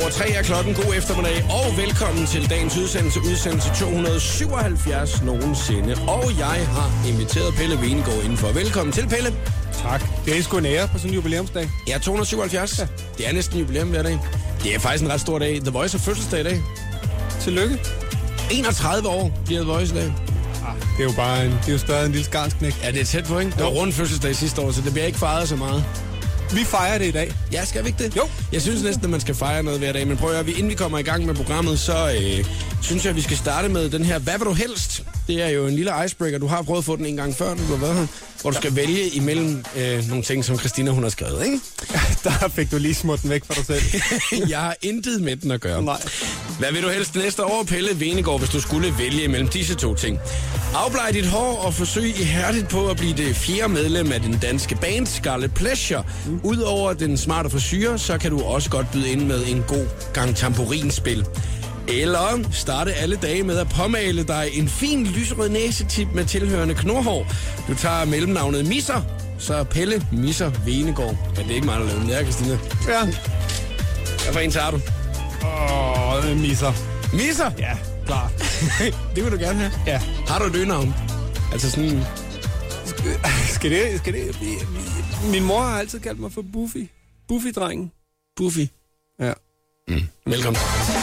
3 er klokken. God eftermiddag, og velkommen til dagens udsendelse 277 nogensinde. Og jeg har inviteret Pelle Hvenegaard indenfor. Velkommen til, Pelle. Tak. Det er sgu en ære på sådan en jubilæumsdag. Ja, 277. Ja. Det er næsten jubilæum hver dag. Det er faktisk en ret stor dag. The Voice er fødselsdag i dag. Tillykke. 31 år bliver The Voice i dag. Det er jo bare det er jo større end en lille skarnsknæk. Ja, det er tæt på, ikke? Det var rundt fødselsdag sidste år, så det bliver ikke fejret så meget. Vi fejrer det i dag. Ja, skal vi ikke det? Jo. Jeg synes næsten, at man skal fejre noget hver dag. Men prøv at høre, inden vi kommer i gang med programmet, så synes jeg, at vi skal starte med den her Hvad vil du helst? Det er jo en lille icebreaker. Du har prøvet at få den en gang før, du har været her. Hvor du skal vælge imellem nogle ting, som Christina hun har skrevet, ikke? Der fik du lige smurt den væk fra dig selv. Jeg har intet med den at gøre. Nej. Hvad vil du helst næste år, Pelle Hvenegaard, hvis du skulle vælge imellem disse to ting? Afblej dit hår og forsøg ihærdigt på at blive det 4. medlem af den danske band Scarlet Pleasure. Udover den smarte frisyre, så kan du også godt byde ind med en god gang tamburinspil. Eller starte alle dage med at påmale dig en fin lyserød næsetip med tilhørende knorhår. Du tager mellemnavnet Misser, så Pelle Misser Hvenegaard. Ja, det er ikke meget at lave den der, Christina. Ja. Hvad for en tager du? Misser. Misser? Ja, klar. Det vil du gerne have? Ja. Har du et øgenavn? Altså sådan... Skal det... Min mor har altid kaldt mig for Buffy. Buffy-drengen. Buffy? Ja. Velkommen.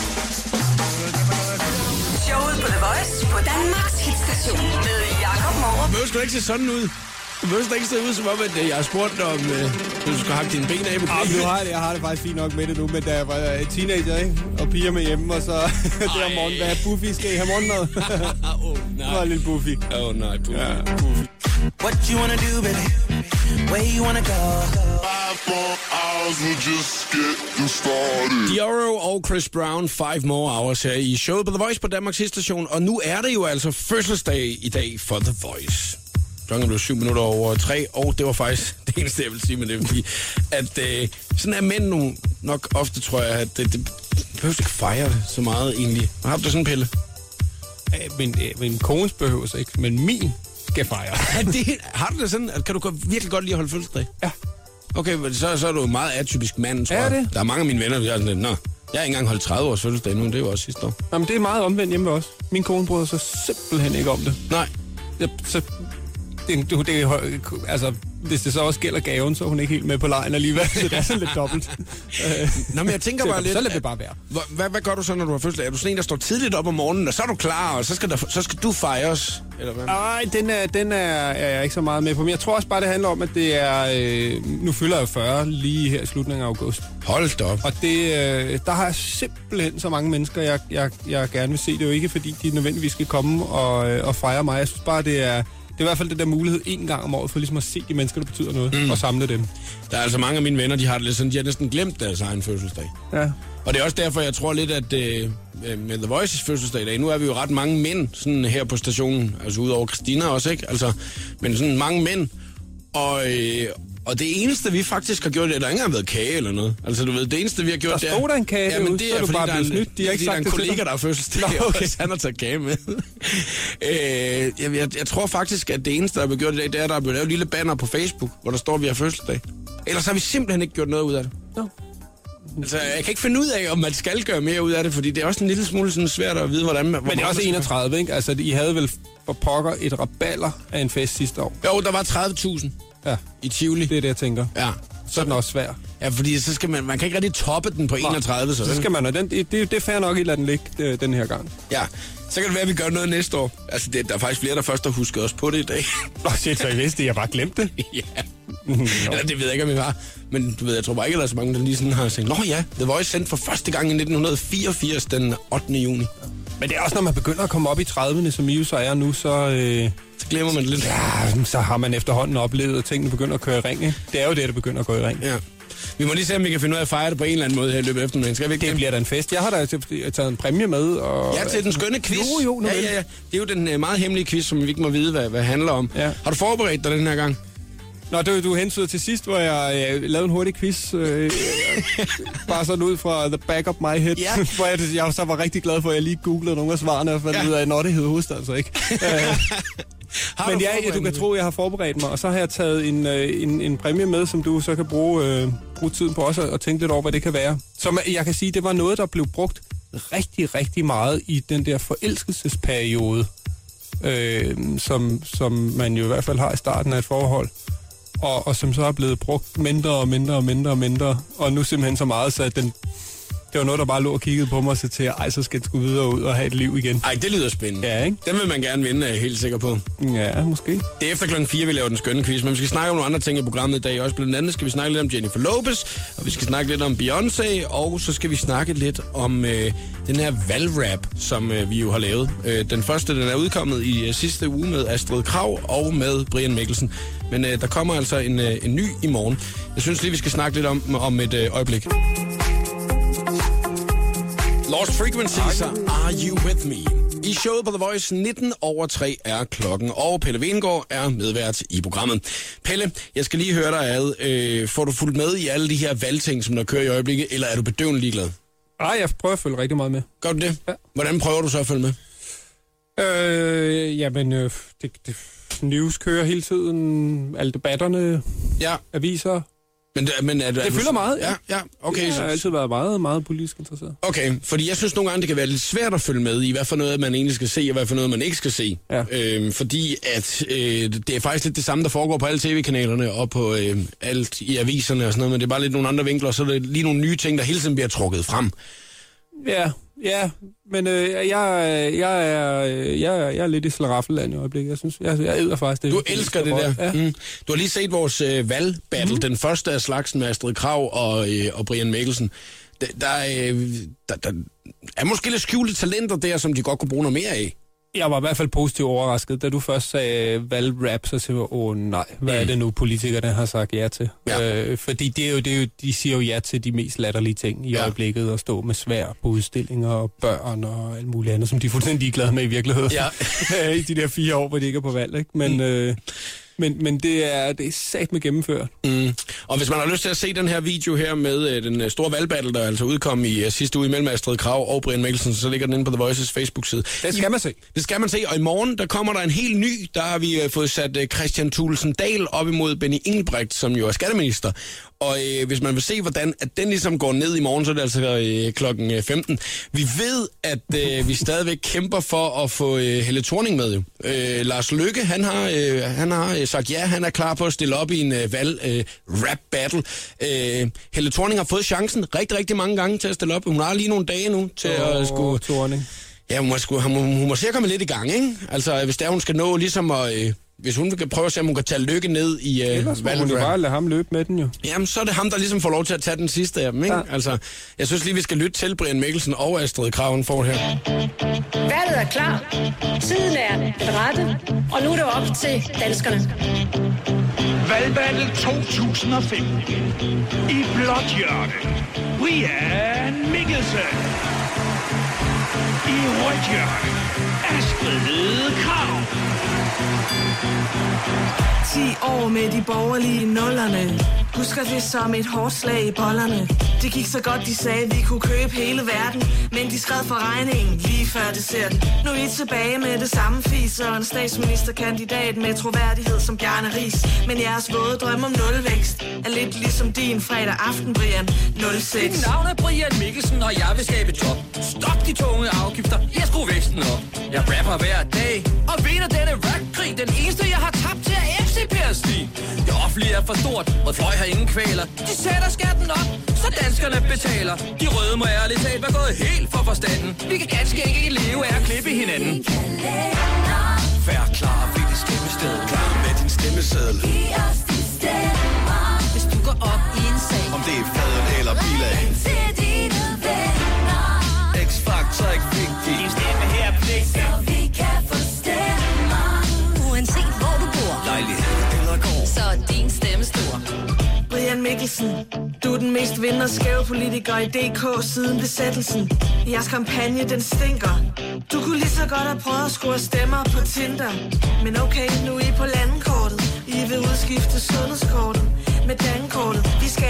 Showet på The Voice på Danmarks hitstation med Jakob Morup. Du behøver sgu ikke se sådan ud. Du behøver ikke se ud som om, at jeg har spurgt om, du skal hakke dine ben af på knæ. Jeg har det faktisk fint nok med det nu, men da jeg var teenager, ikke? Og piger med hjemme, og så der om morgenen, hvad er Buffy? Skal I have morgenmad? Nej. Det var lidt Buffy. Nej, Buffy. Ja, Buffy. What you wanna do, baby? Where you wanna go? 5 more hours, we're just getting started. Dioro og Chris Brown, 5 more hours her i showet på The Voice på Danmarks hitstation. Og nu er det jo altså fødselsdag i dag for The Voice. Klokken blev 7:07, og det var faktisk det eneste, jeg vil sige med det, fordi at sådan er mænd nu nok ofte, tror jeg, at det behøver ikke fejre det så meget egentlig. Har du sådan en, Pelle? Min kones behøver sig ikke, men min skal fejre. Har du det sådan? Kan du virkelig godt lide at holde fødselsdag? Ja. Okay, så er du en meget atypisk mand, tror jeg. Er det? Der er mange af mine venner, der er sådan lidt, jeg har ikke engang holdt 30 års fødselsdag nu, det var også sidste år. Jamen, det er meget omvendt hjemme også. Min kone bryder sig simpelthen ikke om det. Nej. Altså, hvis det så også gælder gaven, så er hun ikke helt med på lejen alligevel, så det er sådan lidt dobbelt. Nå, men jeg tænker bare lidt... Så lad det bare være. Hvad gør du så, når du har fødselsdag? Er du sådan en, der står tidligt op om morgenen, og så er du klar, og så skal du fejres? Eller hvad? Nej, den er jeg ikke så meget med på. Men jeg tror også bare, det handler om, at det er... nu fylder jeg 40 lige her i slutningen af august. Hold da op. Og der har jeg simpelthen så mange mennesker, jeg gerne vil se. Det er jo ikke, fordi de nødvendigvis skal komme og fejre mig. Jeg synes bare, det er i hvert fald den der mulighed en gang om året for ligesom at se de mennesker, der betyder noget, og samle dem. Der er altså mange af mine venner, de har det lidt sådan, de har næsten glemt deres egen fødselsdag. Ja. Og det er også derfor, jeg tror lidt, at med The Voice's fødselsdag i dag, nu er vi jo ret mange mænd sådan her på stationen, altså udover Christina også, ikke? Altså, men sådan mange mænd. Og det eneste, vi faktisk har gjort, det er, der ikke engang været kage eller noget. Altså, du ved, det eneste, vi har gjort, der stod der en kage men det er, fordi bare der er snydt. De har ikke sagt en det kollega, der har fødselsdag, okay. Og han har taget kage med. Jeg tror faktisk, at det eneste, der er blevet gjort i dag, det er, at der er blevet lavet et lille banner på Facebook, hvor der står, at vi har fødselsdag. Ellers har vi simpelthen ikke gjort noget ud af det. No. Altså, jeg kan ikke finde ud af, om man skal gøre mere ud af det, fordi det er også en lille smule sådan svært at vide, hvordan... Men det er også 31, ikke? Altså, I havde vel for pokker et raballer af en fest sidste år? Jo, der var 30.000 i Tivoli. Det er det, jeg tænker. Ja. Så er den også svær. Ja, fordi så skal man kan ikke rigtig toppe den på 31. Så skal man, og det er fair nok, at lade den ligge den her gang. Ja, så kan det være, at vi gør noget næste år. Altså, der er faktisk flere, der først har husket os på det i dag. Nå, shit, så I vidste det, jeg bare glemte det. Ja. Eller det ved jeg ikke, om vi har. Men du ved, jeg tror bare ikke, at der er så mange, der lige sådan har sagt, nå ja, The Voice sendt for første gang i 1984, den 8. juni. Men det er også, når man begynder at komme op i 30'erne, som I jo så er nu, så glemmer man det lidt. Ja, så har man efterhånden oplevet, at tingene begynder at køre i ring, ikke? Det er jo det, der begynder at gå i ring. Ja. Vi må lige se, om vi kan finde ud af at fejre det på en eller anden måde her i løbet af eftermiddagen. Skal vi ikke? Det bliver da en fest. Jeg har da taget en præmie med. Og ja, til den skønne quiz. Jo. Ja. Det er jo den meget hemmelige quiz, som vi ikke må vide, hvad handler om. Ja. Har du forberedt dig den her gang? Nå, du hensyder til sidst, hvor jeg lavede en hurtig quiz. Bare sådan ud fra the back of my head. Ja. Hvor jeg så var rigtig glad for, at jeg lige googlede nogle af svarene og fandt ud af, at det hed hovedstad, altså ikke. Men ja, du kan tro, jeg har forberedt mig, og så har jeg taget en præmie med, som du så kan bruge tiden på også og tænke lidt over, hvad det kan være. Så jeg kan sige, det var noget, der blev brugt rigtig, rigtig meget i den der forelskelsesperiode, som man jo i hvert fald har i starten af et forhold, og som så er blevet brugt mindre og mindre, og nu simpelthen så meget, så det var noget, der bare lå og kiggede på mig, så til, så skal jeg sgu videre ud og have et liv igen. Ej, det lyder spændende. Ja, ikke? Den vil man gerne vinde, er jeg helt sikker på. Ja, måske. Det er efter klokken 4, vi laver den skønne quiz, men vi skal snakke om nogle andre ting i programmet i dag. Også blandt andet skal vi snakke lidt om Jennifer Lopez, og vi skal snakke lidt om Beyoncé, og så skal vi snakke lidt om den her valgrap, som vi jo har lavet. Den første, den er udkommet i sidste uge med Astrid Krag og med Brian Mikkelsen. Men der kommer altså en ny i morgen. Jeg synes lige, vi skal snakke lidt om et øjeblik. Lost Frequencies, Are You With Me? I showet på The Voice 19:03 er klokken, og Pelle Venegård er medvært i programmet. Pelle, jeg skal lige høre dig ad. Får du fulgt med i alle de her valgting, som der kører i øjeblikket, eller er du bedøvende ligeglad? Nej, jeg prøver at følge rigtig meget med. Gør du det? Ja. Hvordan prøver du så at følge med? News kører hele tiden, alle debatterne, aviser. Men det fylder meget. Ja, okay. Jeg har altid været meget, meget politisk interesseret. Okay, fordi jeg synes nogle gange, det kan være lidt svært at følge med i, hvad for noget man egentlig skal se, og hvad for noget man ikke skal se. Ja. Fordi at det er faktisk lidt det samme, der foregår på alle tv-kanalerne og på alt i aviserne og sådan noget, men det er bare lidt nogle andre vinkler, og så er det lige nogle nye ting, der hele tiden bliver trukket frem. Ja, men jeg er lidt i slaraffenland i øjeblikket. Jeg synes, jeg æder faktisk det. Du elsker det der. Ja. Mm. Du har lige set vores valgbattle, den første af slagsen med Astrid Krag og Brian Mikkelsen. Der er måske lidt skjulte talenter der, som de godt kunne bruge noget mere af. Jeg var i hvert fald positivt overrasket. Da du først sagde valgrap, så siger jeg, nej, hvad er det nu, politikerne har sagt ja til? Ja. Fordi det er jo, de siger jo ja til de mest latterlige ting i øjeblikket, at stå med svær på udstillinger og børn og alt muligt andet, som de er fuldstændig glade med i virkeligheden. Ja. I de der 4 år, hvor de ikke er på valg, ikke? Men det er sat med gennemført. Mm. Og hvis man har lyst til at se den her video her med den store valgbattle, der altså udkom i sidste uge imellem Astrid Krag og Brian Mikkelsen, så ligger den inde på The Voices Facebook-side. Det skal man se. Det skal man se, og i morgen, der kommer der en helt ny. Der har vi fået sat Kristian Thulesen Dahl op imod Benny Engelbrecht, som jo er skatteminister. Og hvis man vil se, hvordan at den ligesom går ned i morgen, så er det altså klokken 15. Vi ved, at vi stadigvæk kæmper for at få Helle Thorning med. Jo. Lars Løkke, han har sagt ja, han er klar på at stille op i en rap battle. Helle Thorning har fået chancen rigtig, rigtig mange gange til at stille op. Hun har lige nogle dage nu til at skulle... Thorning. Ja, hun må se at komme lidt i gang, ikke? Altså, hvis hun skal nå ligesom at... Hvis hun kan prøve at se, om hun kan tage Lykke ned i ellers må hun jo bare lade ham løbe med den jo. Jamen, så er det ham, der ligesom får lov til at tage den sidste af dem, ikke? Ja. Altså, jeg synes lige, vi skal lytte til Brian Mikkelsen og Astrid Krag for her. Valget er klar. Tiden er den rette. Og nu er det op til danskerne. Valgbattle 2005. I blåt hjørne. Brian Mikkelsen. I rødt hjørne. Astrid Krag. 10 år med de borgerlige nullerne. Husker det som et hårdt slag i bollerne. Det gik så godt, de sagde, vi kunne købe hele verden. Men de skred for regningen lige før desserten. Nu er I tilbage med det samme fis og en statsministerkandidat med troværdighed som Bjarne Riis. Men jeres våde drøm om nulvækst er lidt ligesom din fredag aften, Brian 06. Mit navn er Brian Mikkelsen, og jeg vil skabe top. Stop de tunge afgifter, jeg skruer væksten op. Jeg rapper hver dag og vinder denne rap-krig. Den eneste, jeg har tabt til er MC Per Stig. Det offentlige er for stort, og fløj har ingen kvaler. De sætter skatten op, så danskerne betaler. De røde må ærligt talt være gået helt for forstanden. Vi kan ganske ikke leve af at klippe hinanden. Vær klar ved dit stemmested. Klar med din stemmeseddel. Giv os de stemmer. Hvis du går op i en sag, om det er fadel eller bilag. Til dine venner. X-Factor er ikke vigtig. din stemme her er pligtig. Så vi kan få stemmer. Uanset hvor du bor, Lejlighed eller gård. så er din stemme stor. Brian Mikkelsen, du er den mest vinderskæve politiker i DK siden besættelsen. Jeres kampagne, den stinker. Du kunne lige så godt have prøvet at score stemmer på Tinder. Men okay, nu er I på landkortet. I vil udskifte sundhedskortet med dankortet. Vi skaber nye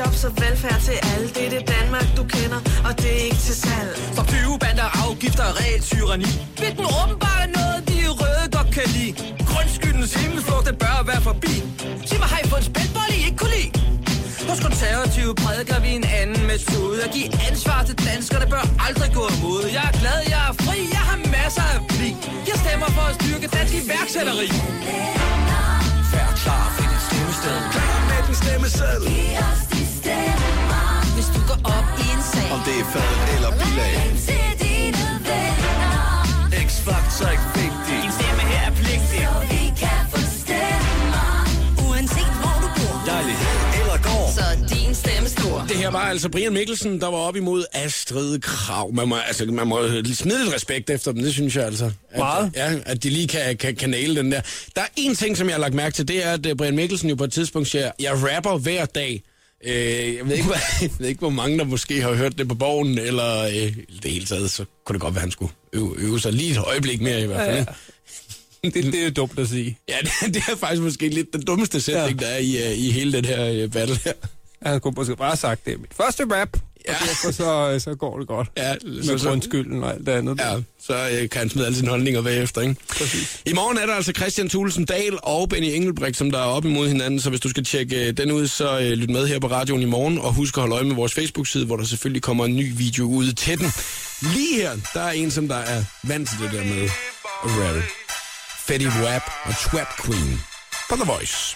jobs og velfærd til alle. Det er det Danmark, du kender, og det er ikke til salg. Stop 20 bander, afgifter og reelt tyranni. Hvilken åbenbart er noget, de røde godt kan lide. Grundskyldens himmelflugt, den bør være forbi. Sig mig, har I fået en spændbold, I ikke kunne lide? Hos konservative prædiker vi en anden metode. At give ansvar til danskerne bør aldrig gå imod. Jeg er glad, jeg er fri, jeg har masser af pli. Jeg stemmer for at styrke dansk iværksætteri. Fær klar, find et stemmested. Klar med din stemmeseddel. Giv os de stemmer. Hvis du går op i en sag, Om det er fad eller bilag. Ring til dine venner. X-Factor er ikke vigtig. Din stemme her er pligtig. Så vi kan få stemmer. uanset hvor du bor, Lejlighed eller gård. så er din stemme stor. Det her var altså Brian Mikkelsen, der var op imod Astrid Krag. Man må smide lidt respekt efter dem, det synes jeg altså. Meget. At de lige kan næle den der. Der er en ting, som jeg har lagt mærke til, det er, at Brian Mikkelsen jo på et tidspunkt siger, jeg rapper hver dag. Jeg ved ikke, hvor mange der måske har hørt det på Borgen, eller det hele taget, så kunne det godt være, han skulle øve sig lige et øjeblik mere i hvert fald. Ja. Det er jo dumt at sige. Ja, det er faktisk måske lidt den dummeste sætning, der er i hele den her battle her. Han kunne måske bare have sagt, det er mit første rap, og derfor så går det godt. Ja, med grundskylden og alt det andet. Ja, så kan han smide alle sine holdninger bagefter, ikke? Præcis. I morgen er der altså Christian Thulesen Dahl og Benny Engelbrecht, som der er op imod hinanden, så hvis du skal tjekke den ud, så lyt med her på radioen i morgen, og husk at holde øje med vores Facebook-side, hvor der selvfølgelig kommer en ny video ud til den. Lige her, der er en, som der er vant til det der med at rappe. Fetty Wap og Trap Queen på The Voice.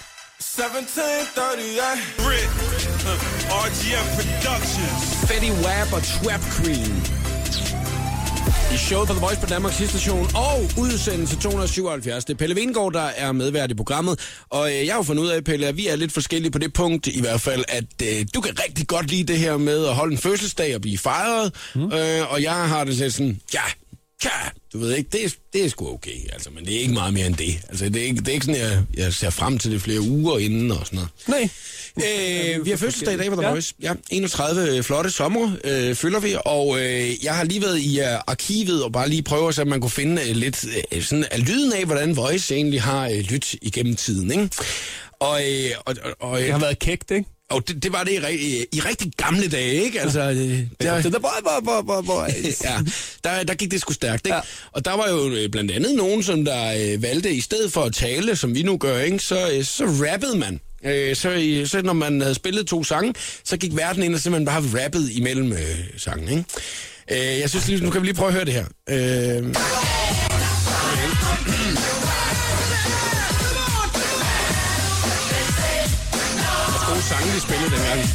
1738 Brit RGM Productions. Fetty Wap og Trap Queen i showet på The Voice på Danmarks station og udsendelse 277. Det er Pelle Vingård, der er medvært i programmet. Og jeg har jo fundet ud af, Pelle, at vi er lidt forskellige på det punkt, i hvert fald, at du kan rigtig godt lide det her med at holde en fødselsdag og blive fejret. Og jeg har det lidt sådan, ja, du ved ikke, det er sgu okay, altså, men det er ikke meget mere end det. Altså, det er ikke sådan, jeg ser frem til det flere uger inden og sådan noget. Nej. Vi har fødselsdag i dag på The Voice. Ja, 31 flotte sommer fylder vi, og jeg har lige været i arkivet og bare lige prøver, så man kunne finde lidt sådan lyden af, hvordan Voice egentlig har lyttet igennem tiden, ikke? Og Det har været kægt, ikke? Og det var det i rigtig gamle dage, ikke? Altså, der gik det sgu stærkt, ikke? Ja. Og der var jo blandt andet nogen, som der valgte, i stedet for at tale, som vi nu gør, ikke? Så rappede man. Så når man havde spillet 2 sange, så gik verden ind og simpelthen bare rappede imellem sangen, ikke? Jeg synes, nu kan vi lige prøve at høre det her. Gode sange, de spillede den gang.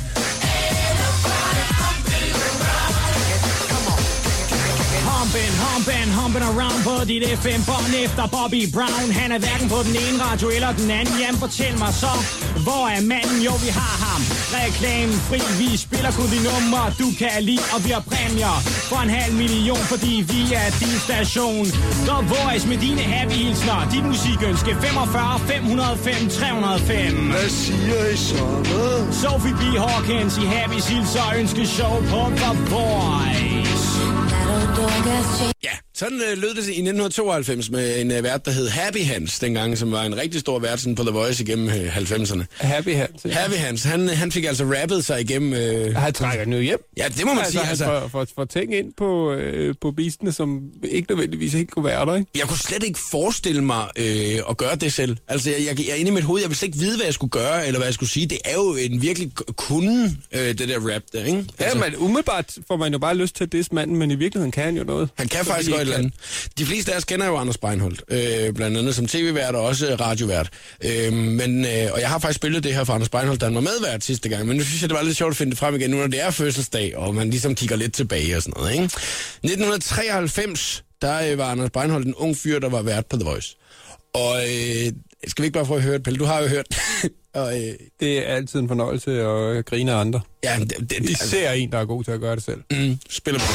Humpin' around på dit FM-bånd efter Bobby Brown. Han er hverken på den ene radio eller den anden. Jamen fortæl mig så, hvor er manden? Jo, vi har ham. Reklamefri, vi spiller kun de numre, du kan lide. Og vi har præmier for 500.000, fordi vi er din station. The Voice med dine happy hilsner. Dit musikønske 45 505 305. Hvad siger I så? Sophie B. Hawkins i Happy Hilser ønskeshow på The Voice. Ja, sådan lød det i 1992 med en vært, der hed Happy Hans dengang, som var en rigtig stor vært på The Voice igennem 90'erne. Happy Hans. Ja. Happy Hans, han fik altså rappet sig igennem... Han trækker den jo hjem. Ja, det må man sige. Altså, for ting ind på bisene, som ikke nødvendigvis ikke kunne være der, ikke? Jeg kunne slet ikke forestille mig at gøre det selv. Altså, jeg er inde i mit hoved, jeg ville slet ikke vide, hvad jeg skulle gøre, eller hvad jeg skulle sige. Det er jo en virkelig kunde, det der rap der, ikke? Altså, ja, men umiddelbart får man jo bare lyst til det manden, men i virkeligheden kan han jo noget. Han kan faktisk godt et eller andet. De fleste af os kender jo Anders Breinholt, blandt andet som tv-vært og også radiovært. Og jeg har faktisk spillet det her for Anders Breinholt, da han var medvært sidste gang, men nu synes jeg, det var lidt sjovt at finde det frem igen, nu når det er fødselsdag, og man ligesom kigger lidt tilbage og sådan noget, ikke? 1993, der var Anders Breinholt en ung fyr, der var vært på The Voice. Og skal vi ikke bare prøve at høre det, Pelle? Du har jo hørt og, det er altid en fornøjelse at grine af andre. Ja, især en, der er god til at gøre det selv. Spiller på.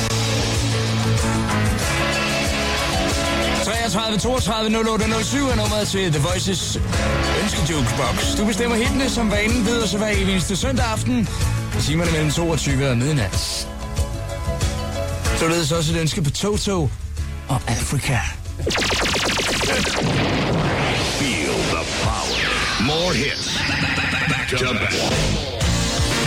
33 32 08 07 er nummeret til The Voices ønskejukebox. Du bestemmer hitene, som vanen byder sig hver eneste søndag aften. I timerne mellem 22 og midnat. Således også et ønske på Toto og Afrika. Feel the power. More hits. Back to back.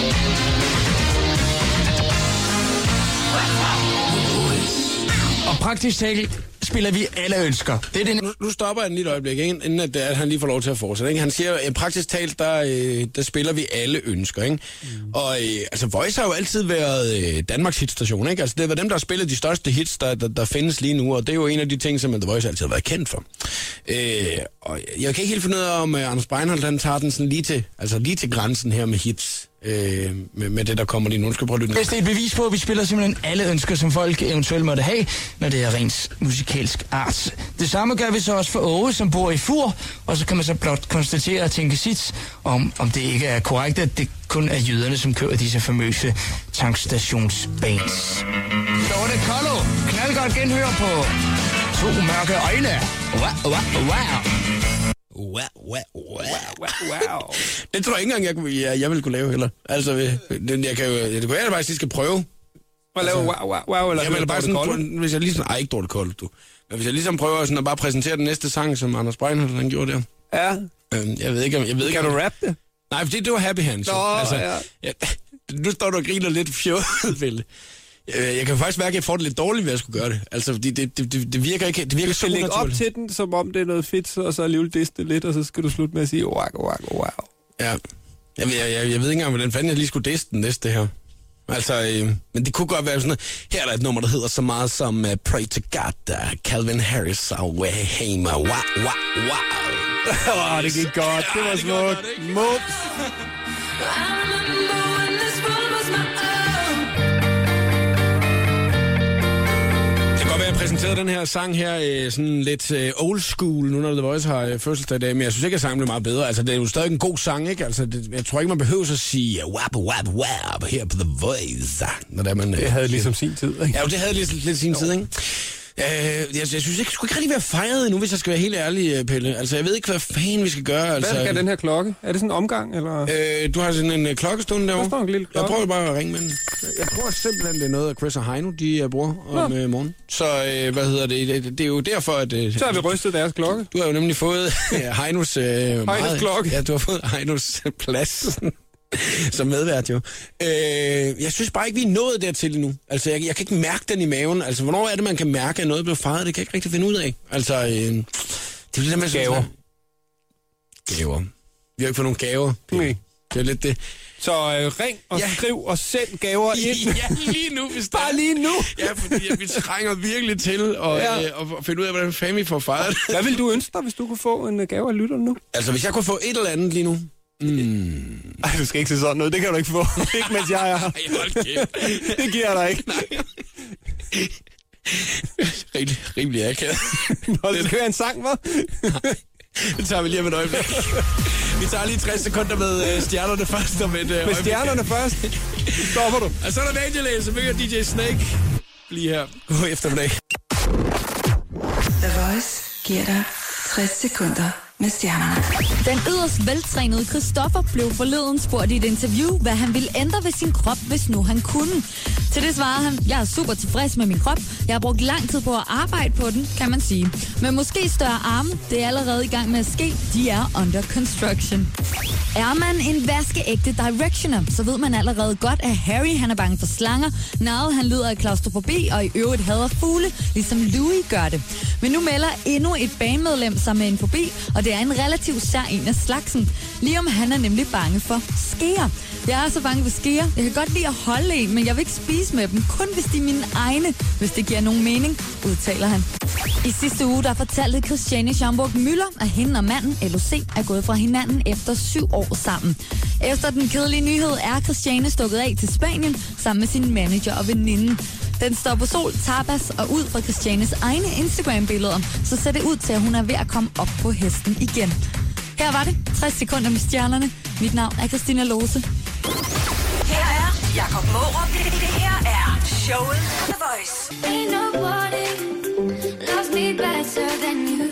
Og praktisk talt spiller vi alle ønsker. Det er det. Nu stopper jeg den lige et øjeblik, ikke? Inden at han lige får lov til at fortsætte. Ikke? Han siger, at praktisk talt, der spiller vi alle ønsker. Ikke? Og altså, Voice har jo altid været Danmarks hitstation. Ikke? Altså, det er dem, der har spillet de største hits, der findes lige nu, og det er jo en af de ting, som The Voice altid har været kendt for. Og jeg kan ikke helt finde ud af, om Anders Breinholt, han tager den sådan lige til grænsen her med hits. Med det, der kommer lige nu. Skal prøve at lytte. Hvis det er et bevis på, at vi spiller simpelthen alle ønsker, som folk eventuelt måtte have, når det er rent musikalsk art. Det samme gør vi så også for Åge, som bor i Fur, og så kan man så blot konstatere og tænke sit, om det ikke er korrekt, at det kun er jyderne, som kører disse famøse tankstationsbands. Så var det Kollo. Knaldgodt genhør på To mørke øjne. Wow. Wow. Det tror jeg ikke engang, jeg vil kunne lave heller. Altså, det kunne jeg faktisk lige skal prøve. At lave wow, eller jamen, bare sådan, hvis jeg ligesom... ikke dårligt koldt, du. Men hvis jeg ligesom prøver sådan at bare præsentere den næste sang, som Anders Breinholt, han gjorde der. Ja. Jeg ved ikke... Kan du rappe det? Nej, for det var Happy Hands. Nå, altså, ja. Nu står du og griner lidt fjollet, Pelle. Jeg kan faktisk mærke, at jeg får det lidt dårligt ved at skulle gøre det. Altså, fordi det virker ikke... Det virker så unaturligt. Læg op til den, som om det er noget fedt, og så alligevel diste lidt, og så skal du slutte med at sige wow. Ja. Jeg ved ikke engang, hvordan fanden jeg lige skulle diste den næste her. Altså, men det kunne godt være sådan noget. Her er der et nummer, der hedder så meget som Pray to God, Calvin Harris og Wahama. Wow. Det gik godt. Det var smukt. Mops. Jeg præsenterede den her sang her sådan lidt old school, nu når The Voice har fødselsdag i dag, men jeg synes ikke, at sangen blev meget bedre. Altså, det er jo stadig en god sang, ikke? Altså, jeg tror ikke, man behøver at sige wap her på The Voice. Når det havde ligesom sin tid, ikke? Ja, det havde lidt sin tid, ikke? Jeg synes ikke, skulle ikke rigtig være fejret endnu, hvis jeg skal være helt ærlig, Pelle. Altså, jeg ved ikke, hvad fanden vi skal gøre. Altså, hvad skal den her klokke? Er det sådan en omgang, eller? Du har sådan en klokkestund derovre. Der står en lille klokke. Jeg prøver bare at ringe med den. Jeg tror simpelthen, det er noget af Chris og Heino, de bruger om morgenen. Så, det er jo derfor, at... så har vi rystet deres klokke. Du har jo nemlig fået Heinos... Heinos klokke. Ja, du har fået Heinos plads. Som medvært jo. Jeg synes bare ikke, vi er nået dertil endnu. Altså, jeg kan ikke mærke den i maven. Altså, hvornår er det, man kan mærke, at noget bliver fejret? Det kan jeg ikke rigtig finde ud af. Altså, det er det der med... Gaver. Gaver. Vi har ikke fået nogen gaver. Nej. Det er lidt det. Så ring og skriv og send gaver ind. Ja, lige nu. Bare lige nu. Ja, fordi vi trænger virkelig til at finde ud af, hvordan fanden vi får fejret. Hvad vil du ønske dig, hvis du kunne få en gave af lytterne nu? Altså, hvis jeg kunne få et eller andet lige nu. Ej, du skal ikke se sådan noget. Det kan du ikke få. Ikke mens jeg er her. Det giver jeg dig ikke. Rimelig akavet. Nå, det skal være en sang, hva'? Det tager vi lige om et øjeblik. Vi tager lige 60 sekunder med stjernerne først om et øjeblik. Med stjernerne først? Stopper du. Og så er der Vangelis, så bygger DJ Snake. Lige her. God eftermiddag. The Voice giver dig 60 sekunder med stjernerne. Den yderst veltrænede Christoffer blev forleden spurgt i et interview, hvad han ville ændre ved sin krop, hvis nu han kunne. Til det svarede han, jeg er super tilfreds med min krop. Jeg har brugt lang tid på at arbejde på den, kan man sige. Men måske større arme, det er allerede i gang med at ske. De er under construction. Er man en vaskeægte directioner, så ved man allerede godt, at Harry han er bange for slanger, Niall han lider af klaustrofobi og i øvrigt hader fugle, ligesom Louis gør det. Men nu melder endnu et bandmedlem sig med en fobi, og det er en relativt sær en af slagsen. Liam han er nemlig bange for skeer. Jeg er så bange for skeer. Jeg kan godt lide at holde en, men jeg vil ikke spise med dem, kun hvis de er mine egne, hvis det giver nogen mening, udtaler han. I sidste uge der fortalte Christiane Schaumburg Müller, at hende og manden LOC er gået fra hinanden efter 7 år sammen. Efter den kedelige nyhed er Christiane stukket af til Spanien sammen med sin manager og veninde. Den står på sol, tapas og ud fra Christianes egne Instagram-billeder, så ser det ud til, at hun er ved at komme op på hesten igen. Her var det 60 sekunder med stjernerne. Mit navn er Christina Lose. Her er Jakob Mårup. Det her er showet på The Voice. Ain't nobody loves me better than you.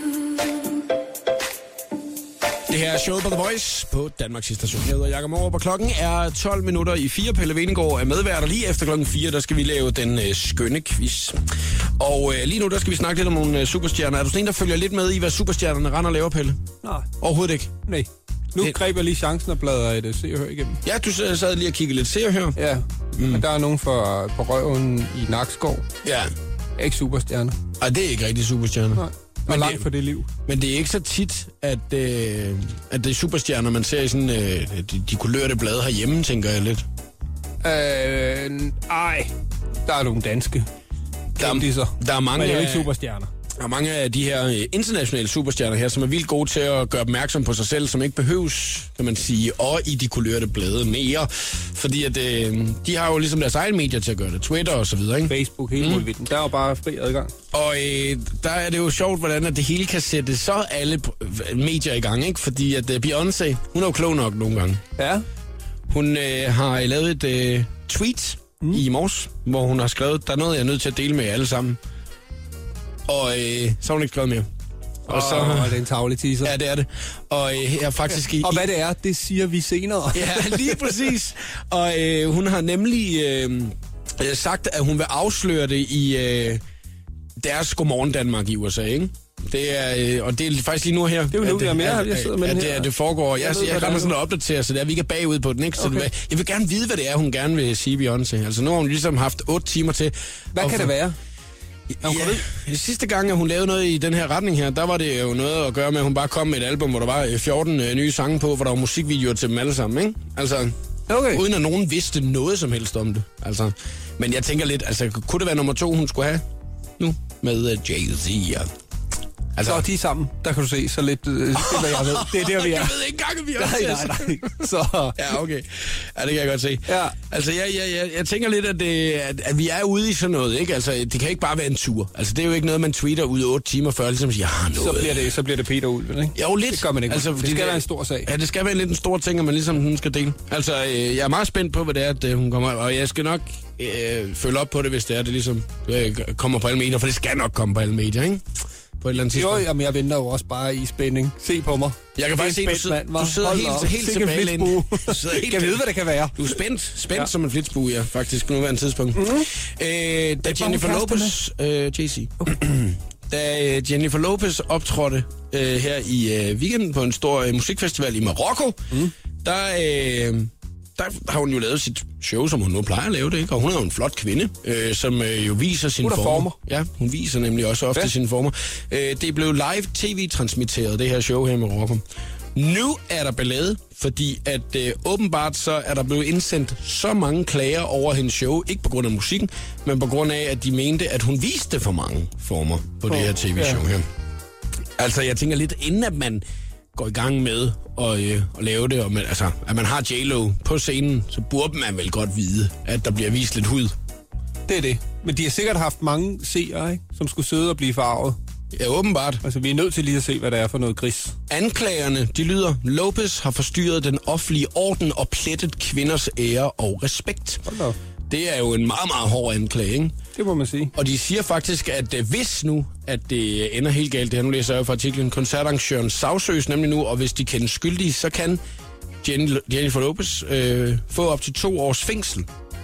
Det her er showet på The Voice på Danmarks station. Jeg hedder Jakob Mårup, og klokken er 12 minutter i 4. Pelle Venegård er medvært, og lige efter klokken 4, der skal vi lave den skønne quiz. Og lige nu, der skal vi snakke lidt om nogle superstjerner. Er du sådan en, der følger lidt med i, hvad superstjernerne render og laver, Pelle? Nej. Overhovedet ikke? Nej. Nu greb jeg lige chancen og bladrede et Se og Hør igennem. Ja, du sad lige og kiggede lidt Se og Hør. Ja, men der er nogen på røven i Nakskov. Ja. Ikke superstjerner. Ej, det er ikke rigtig superstjerner. Nej. Og langt for det liv. Men det er ikke så tit, at det er superstjerner, man ser i sådan de kulørte blade herhjemme, tænker jeg lidt. Ej, der er nogle danske. Der er mange, men det er jo ikke superstjerner. Der er mange af de her internationale superstjerner her, som er vildt gode til at gøre opmærksom på sig selv, som ikke behøves, kan man sige, og i de kulørte blade mere. Fordi at, de har jo ligesom deres egen medier til at gøre det. Twitter og så videre, ikke? Facebook, hele muligheden. Der er jo bare fri adgang. Og der er det jo sjovt, hvordan at det hele kan sætte så alle medier i gang, ikke? Fordi at Beyoncé, hun er jo klog nok nogle gange. Ja. Hun har lavet et tweet i morges, hvor hun har skrevet, der er noget, jeg er nødt til at dele med jer alle sammen. Og så har hun ikke skrevet mere. Og så det er en tavlig teaser. Ja, det er det. Og her faktisk og hvad det er, det siger vi senere. Ja, lige præcis. Og hun har nemlig sagt, at hun vil afsløre det i deres Godmorgen Danmark i USA, ikke? Det er, og det er faktisk lige nu her. Det er jo nu, jeg er mere, jeg sidder med her. Det foregår. Jeg render sådan og opdaterer, så det er, vi ikke er bagud på den, ikke? Så okay. Jeg vil gerne vide, hvad det er, hun gerne vil sige, Beyoncé. Altså nu har hun ligesom haft 8 timer til. Hvad kan det være? Ja, sidste gang, at hun lavede noget i den her retning her, der var det jo noget at gøre med, at hun bare kom med et album, hvor der var 14 nye sange på, hvor der var musikvideoer til dem alle sammen, ikke? Altså, okay. Uden at nogen vidste noget som helst om det. Altså, men jeg tænker lidt, altså, kunne det være nummer 2, hun skulle have nu? Med Jay-Z og... Altså, så de er sammen, der kan du se så lidt, det hvad jeg ved. Det er der, vi er. Jeg ved ikke engang, vi er. Nej. Så... Ja, okay. Ja, det kan jeg godt se. Ja. Altså, jeg tænker lidt, at vi er ude i sådan noget, ikke? Altså, det kan ikke bare være en tur. Altså, det er jo ikke noget, man tweeter ud 8 timer før, ligesom siger, jeg har noget. Så bliver det Peter Ulven, ikke? Jo, lidt. Det gør man ikke. Altså, det skal være en stor sag. Ja, det skal være lidt en stor ting, at man ligesom hun skal dele. Altså, jeg er meget spændt på, hvad det er, at hun kommer. Og jeg skal nok følge op på det, hvis det er, det ligesom kommer på alle medier, for det skal nok komme på alle medier, ikke? På et eller andet tidspunkt. Jo, jamen jeg venter jo også bare i spænding. Se på mig. Jeg kan faktisk se, du sidder helt tilbage længe. Jeg ved, hvad det kan være. Du er spændt som en flitsbue, ja, faktisk, på nuværende tidspunkt. Da Jennifer Lopez... JC. Da Jennifer Lopez optrådte her i weekenden på en stor musikfestival i Marokko, der har hun jo lavet sit show, som hun nu plejer at lave det, ikke? Og hun er jo en flot kvinde, som jo viser sine former. Ja, hun viser nemlig også ofte sine former. Det blev live tv-transmitteret, det her show her i Marokko. Nu er der ballade, fordi at åbenbart så er der blevet indsendt så mange klager over hendes show, ikke på grund af musikken, men på grund af, at de mente, at hun viste for mange former på det her tv-show her. Altså, jeg tænker lidt, inden at man går i gang med at lave det, og at man har J-Lo på scenen, så burde man vel godt vide, at der bliver vist lidt hud. Det er det. Men de har sikkert haft mange seere, ikke? Som skulle sidde og blive farvet. Ja, åbenbart. Altså, vi er nødt til lige at se, hvad det er for noget gris. Anklagerne, de lyder, Lopez har forstyrret den offentlige orden og plettet kvinders ære og respekt. Det er jo en meget, meget hård anklage, ikke? Det må man sige. Og de siger faktisk, at hvis nu, at det ender helt galt, det her nu læser jeg fra artiklen, koncertarrangøren sagsøges nemlig nu, og hvis de kendes skyldige, så kan Jennifer Lopez få op til 2 års fængsel.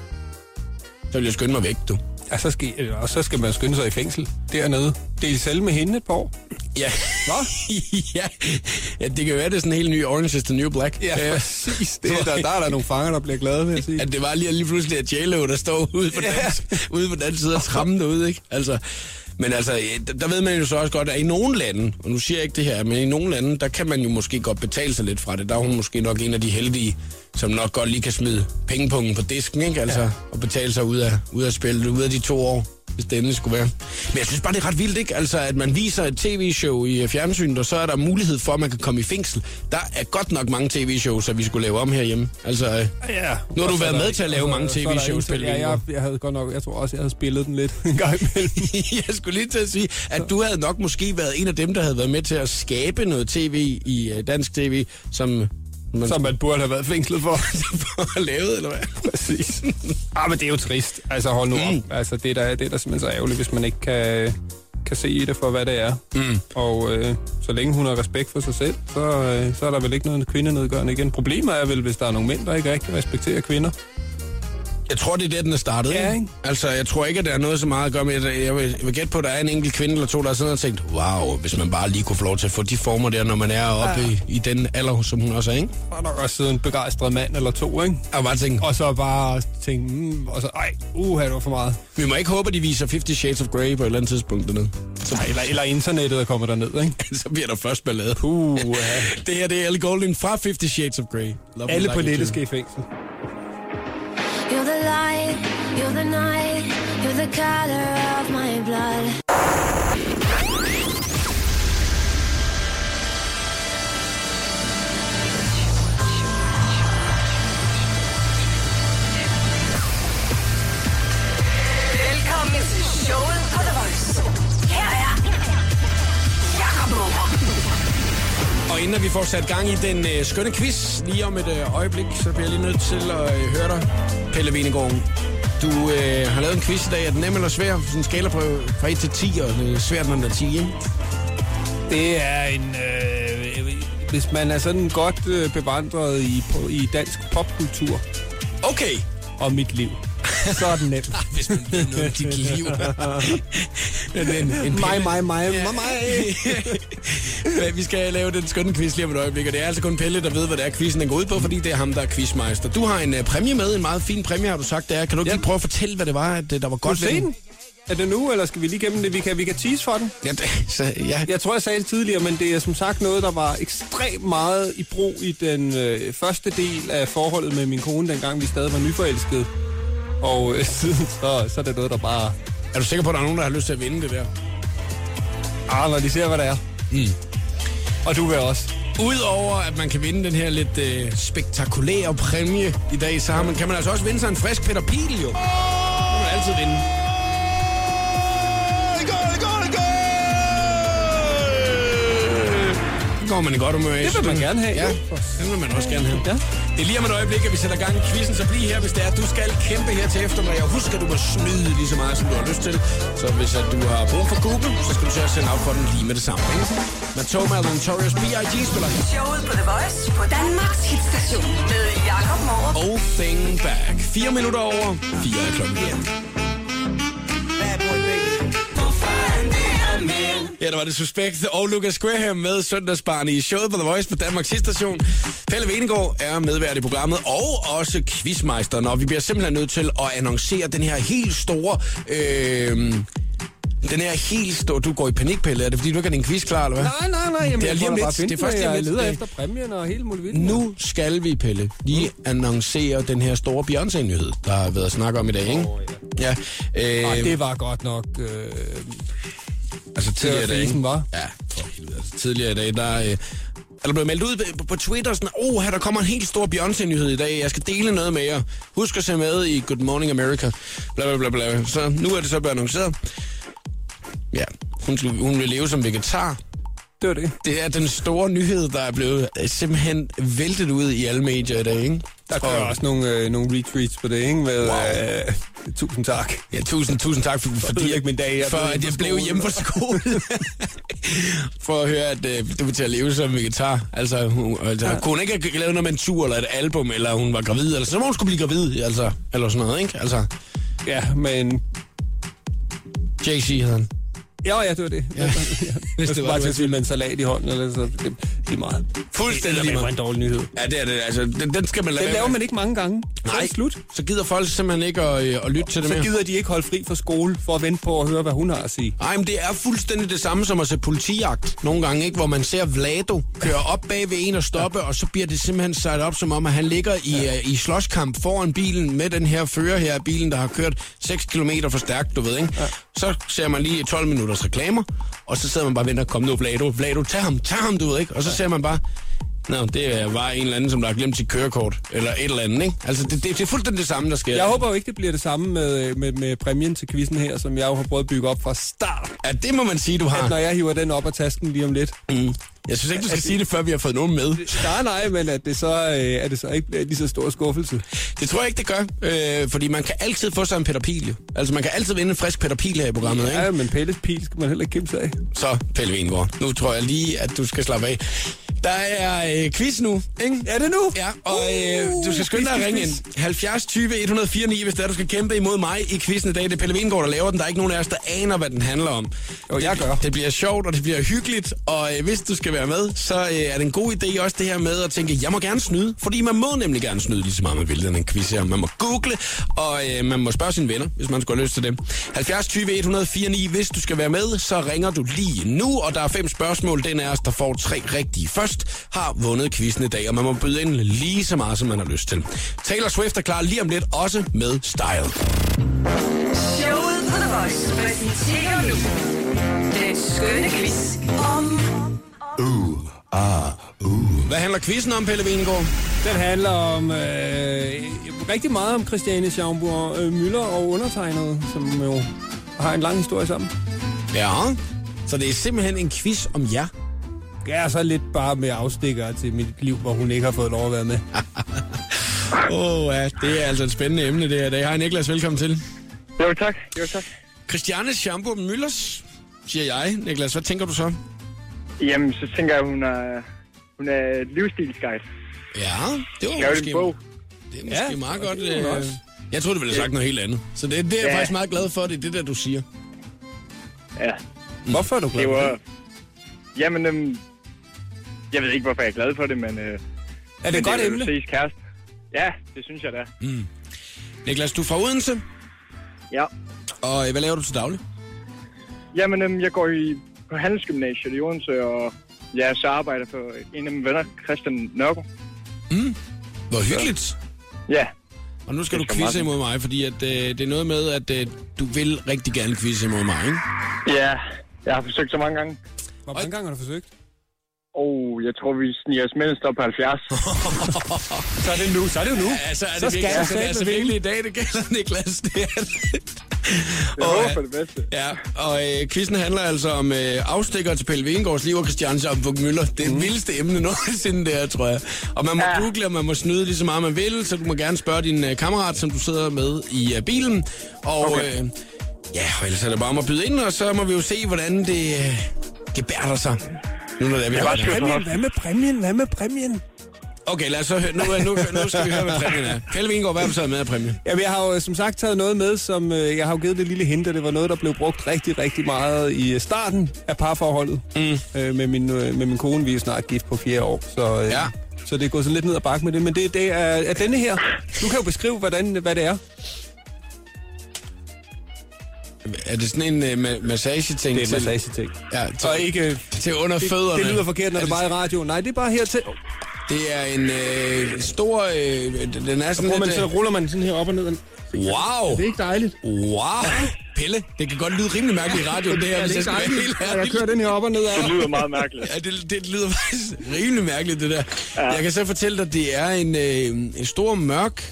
Så vil jeg skynde mig væk, du. Ja, så skal man skynde sig i fængsel dernede. Del selv med hende et par år. Ja. Hvad? ja, det kan være, det er sådan en helt ny Orange is the New Black. Ja, præcis. Der er der nogle fanger, der bliver glade, vil jeg sige. At det var lige pludselig, at J-Lo, der står ude på den side og trammer derude, ikke? Altså... Men altså, der ved man jo så også godt, at i nogle lande, og nu siger jeg ikke det her, men i nogle lande, der kan man jo måske godt betale sig lidt fra det. Der er hun måske nok en af de heldige, som nok godt lige kan smide pengepungen på disken, ikke? Altså, og betale sig ud af spillet, ud af de 2 år, hvis det endelig skulle være. Men jeg synes bare, det er ret vildt, ikke? Altså, at man viser et tv-show i fjernsynet, og så er der mulighed for, at man kan komme i fængsel. Der er godt nok mange tv-shows, at vi skulle lave om herhjemme. Altså, nu har du været med til at lave mange tv-shows. Jeg havde godt nok, jeg tror også, jeg havde spillet den lidt en gang imellem. Jeg skulle lige til at sige, at du havde nok måske været en af dem, der havde været med til at skabe noget tv i dansk tv, som man burde have været fængslet for. For at lave, eller hvad? Præcis. Men det er jo trist. Altså, hold nu op. Altså, det er der simpelthen så ærgerligt, hvis man ikke kan se i det for, hvad det er. Og så længe hun har respekt for sig selv, så er der vel ikke noget kvindenedgørende igen. Problemet er vel, hvis der er nogle mænd, der ikke rigtig respekterer kvinder. Jeg tror, det er det, den er startet. Ja, ikke? Altså, jeg tror ikke, at der er noget så meget at gøre med det. Jeg vil gætte på, at der er en enkelt kvinde eller to, der har siddet og tænkt, wow, hvis man bare lige kunne få lov til at få de former der, når man er oppe i den alder, som hun også er, ikke? Der er nok også siddet en begejstret mand eller to, ikke? Jeg bare tænkt, og så bare tænkt, og så, det var for meget. Vi må ikke håbe, at de viser 50 Shades of Grey på et eller andet tidspunkt dernede. Eller internettet, der kommer derned, ikke? Så bliver der først ballade. Det her, det er Ellie Goulding fra 50 Shades of Grey. Alle på nettet skal i fængsel. You're the light, you're the night, you're the color of my blood. Velkommen til showet på The Voice. Her er Jakob Morup. Og inden vi får sat gang i den skønne quiz, lige om et øjeblik, så bliver jeg lige nødt til at høre dig, Pelle Venegård. Du har lavet en quiz i dag. Er den nem eller svær? Sådan en skala fra 1 til 10, og det er svært, når den er 10, ikke? Det er en... hvis man er sådan godt bevandret i dansk popkultur. Okay. Og mit liv. Så er den nemt. Hvis man ved noget om dit liv. Mig. Vi skal lave den skønne quiz lige om et øjeblik, og det er altså kun Pelle, der ved, hvad det er, quizzen den går ud på, fordi det er ham, der er quizmeister. Du har en præmie med, en meget fin præmie, har du sagt, det er. Kan du ikke lige prøve at fortælle, hvad det var, at der var godt ved den? Er det nu, eller skal vi lige gennem det? Vi kan tease for den. Ja. Jeg tror, jeg sagde det tidligere, men det er som sagt noget, der var ekstremt meget i brug i den første del af forholdet med min kone, dengang vi stadig var nyforelskede. Og siden, så er det noget, der bare... Er du sikker på, at der er nogen, der har lyst til at vinde det der? Når de ser, hvad det er. Og du vil også. Udover at man kan vinde den her lidt spektakulære præmie i dag, så kan man altså også vinde sig en frisk Peter Pil, jo. Det kan man altid vinde. Det går man i godt humør. Det vil man gerne have. Ja, det vil man også gerne have. Ja. Det er lige om et øjeblik, at vi sætter gang i quizzen, så bliv her, hvis det er. Du skal kæmpe her til eftermiddag, og husk, at du må snyde lige så meget, som du har lyst til. Så hvis at du har brug for Google, så skal du til at sende op for den lige med det samme. Matoma og Notorious B.I.G. spiller Showet på The Voice på Danmarks hitstation med Jakob Morup. Oh Thing Back. 4 minutter over 4 er klokken igen. Ja, der var det Suspekt og Lucas Graham med Søndagsbarn i showet på The Voice på Danmarks hitstation. Pelle Venegård er medvært i programmet og også quizmeisteren, og vi bliver simpelthen nødt til at annoncere den her helt store... Du går i panik, Pelle. Er det fordi, du ikke har din quiz klar, eller hvad? Nej. Jamen, det er lige om lidt. Det er først lige om lidt. Jeg leder efter præmien og hele muligheden. Nu skal vi, Pelle, lige annoncere den her store Beyoncé-nyhed, der har været at snakke om i dag, ikke? Ja. Det var godt nok... Altså tidligere i dag, ikke? Ja, for helvede. Altså, tidligere i dag, der der blev meldt ud på Twitter sådan, her der kommer en helt stor Beyoncé-nyhed i dag. Jeg skal dele noget med jer. Husk at se med i Good Morning America. Bla, bla, bla, bla. Så nu er det så blevet annonceret. Ja, hun vil leve som vegetar. Det var det. Det er den store nyhed, der er blevet simpelthen væltet ud i alle medier i dag, ikke? Der kommer også nogle retweets på det, ikke? Med, tusind tak. Ja, tusind tak, fordi min dag, at jeg blev hjemme fra skole. For at høre, at du vil til at leve som vegetar. Altså, kunne hun ikke have lavet noget med en tur eller et album, eller hun var gravid, eller så må hun skulle blive gravid, altså, eller sådan noget, ikke? Altså. Ja, men... Jay-Z hed han. Ja, det var det. Ja. Hvis det var til at sige med en salat i hånden, eller så det er meget. Fuldstændig det er en dårlig nyhed. Ja, det er det. Altså, den skal man lade Den laver man ikke mange gange. Nej, slut. Så gider folk simpelthen ikke at lytte til det mere. Så gider de ikke holde fri fra skole for at vente på at høre, hvad hun har at sige. Nej, men det er fuldstændig det samme som at se politijagt nogle gange, ikke? Hvor man ser Vlado køre op bag ved en og stoppe, og så bliver det simpelthen sat op, som om at han ligger i slåskamp foran bilen med den her fører her af bilen, der har kørt 6 kilometer for stærkt, du ved, ikke? Ja. Så ser man lige 12 minutters reklamer, og så sidder man bare og venter, kom nu Vlado, tag ham, du ved, ikke? Og så ser man bare, det er bare en eller anden, som der har glemt sit kørekort, eller et eller andet, ikke? Altså, det er fuldstændig det samme, der sker. Jeg håber jo ikke, det bliver det samme med præmien til quizzen her, som jeg jo har prøvet at bygge op fra start. Ja, det må man sige, du har. At når jeg hiver den op af tasken lige om lidt. Jeg synes ikke, du skal sige det, før vi har fået nogen med. Nej, men at det så ikke bliver lige så stor skuffelse. Det tror jeg ikke, det gør. Fordi man kan altid få sig en Peter Pil. Altså, man kan altid vinde en frisk Peter Pil her i programmet, ikke? Ja, men Pelles Pil skal man heller ikke kæmpe sig af. Så, Pelle Venegård, nu tror jeg lige, at du skal slappe af. Der er quiz nu, ikke? Er det nu? Ja, og du skal skynde dig at ringe ind. 70 20 104 9, hvis du skal kæmpe imod mig i quizzen i dag. Det er Pelle Vingård, der laver den. Der er ikke nogen af os, der aner, hvad den handler om. Jo, jeg gør. Det bliver sjovt, og det bliver hyggeligt. Og hvis du skal være med, så er det en god idé også det her med at tænke, jeg må gerne snyde. Fordi man må nemlig gerne snyde, lige så meget man vil den quiz her. Man må google, og man må spørge sine venner, hvis man skulle have lyst til det. 70 20 104 9, hvis du skal være med, så ringer du lige nu. Og der er 5 spørgsmål. Den af os, der får 3 rigtige først, har vundet quizzen i dag. Og man må byde ind lige så meget, som man har lyst til. Taylor Swift er klar lige om lidt, også med Style. Showet på The Voice præsenterer nu den skønne quiz om... Hvad handler quizzen om, Pelle Vingård? Den handler om rigtig meget om Christiane Schaumburg Müller og undertegnet, som jo har en lang historie sammen. Ja, så det er simpelthen en quiz om jer. Ja, så lidt bare med afstikker til mit liv, hvor hun ikke har fået lov at være med. Ja, det er altså et spændende emne, det her dag. Hej Niklas, velkommen til. Jo, tak. Christiane Schaumburg Müllers, siger jeg. Niklas, hvad tænker du så? Jamen, så tænker jeg, hun er livsstilsguide. Ja, det var måske... Det er måske meget godt. Jeg troede, du ville have sagt noget helt andet. Så det er jeg faktisk meget glad for, det er det der, du siger. Ja. Hvorfor er du glad for det? Jamen, jeg ved ikke, hvorfor jeg er glad for det, men... er det et godt emne? Ses kæreste. Ja, det synes jeg da. Niklas, du er fra Odense? Ja. Og hvad laver du til daglig? Jamen, jeg går på Handelsgymnasiet i Odense, og jeg så arbejder for en af mine venner, Christian Nørgaard. Hvor hyggeligt. Ja. Og nu skal du quizze imod mig, fordi at, det er noget med, at du vil rigtig gerne quizze imod mig, ikke? Ja, jeg har forsøgt så mange gange. Hvor mange gange har du forsøgt? Jeg tror, vi sniger os mindst op på 70. Så er det nu. Ja, så er det virkelig i dag, det gælder, Niklas. Det er det. For det bedste. Ja, og quizzen handler altså om afstikker til Pelle Vingårds liv og Christiane Schaumburg Müller. Det er det vildeste emne nogensinde der, tror jeg. Og man må google, og man må snyde lige så meget man vil, så du må gerne spørge din kammerat, som du sidder med i bilen. Og og ellers er det bare om at byde ind, og så må vi jo se, hvordan det gebærder sig. Nu når vi Hvad med præmien? Okay, lad os så høre. Nu skal vi høre, hvad præmien er. Pelle Vingård, hvad har du taget med af præmien? Jamen, jeg har jo som sagt taget noget med, som jeg har jo givet det lille hint, og det var noget, der blev brugt rigtig, rigtig meget i starten af parforholdet. Med min kone. Vi er snart gift på 4 år, så det er gået sådan lidt ned ad bakke med det. Men det er denne her. Du kan jo beskrive, hvad det er. Er det sådan en massage-ting? Det er en massage-ting. Ja, og ikke til under fødderne. Det lyder forkert, når det bare er i radio. Nej, det er bare her til. Det er en stor... den er sådan lidt... Så ruller man sådan her op og ned. Wow! Det er ikke dejligt. Wow! Pelle, det kan godt lyde rimelig mærkeligt i radioen, det her, hvis jeg skal være helt ærlig. Jeg kører den her op og ned. Det lyder meget mærkeligt. Ja, det lyder faktisk rimelig mærkeligt, det der. Ja. Jeg kan så fortælle dig, at det er en stor, mørk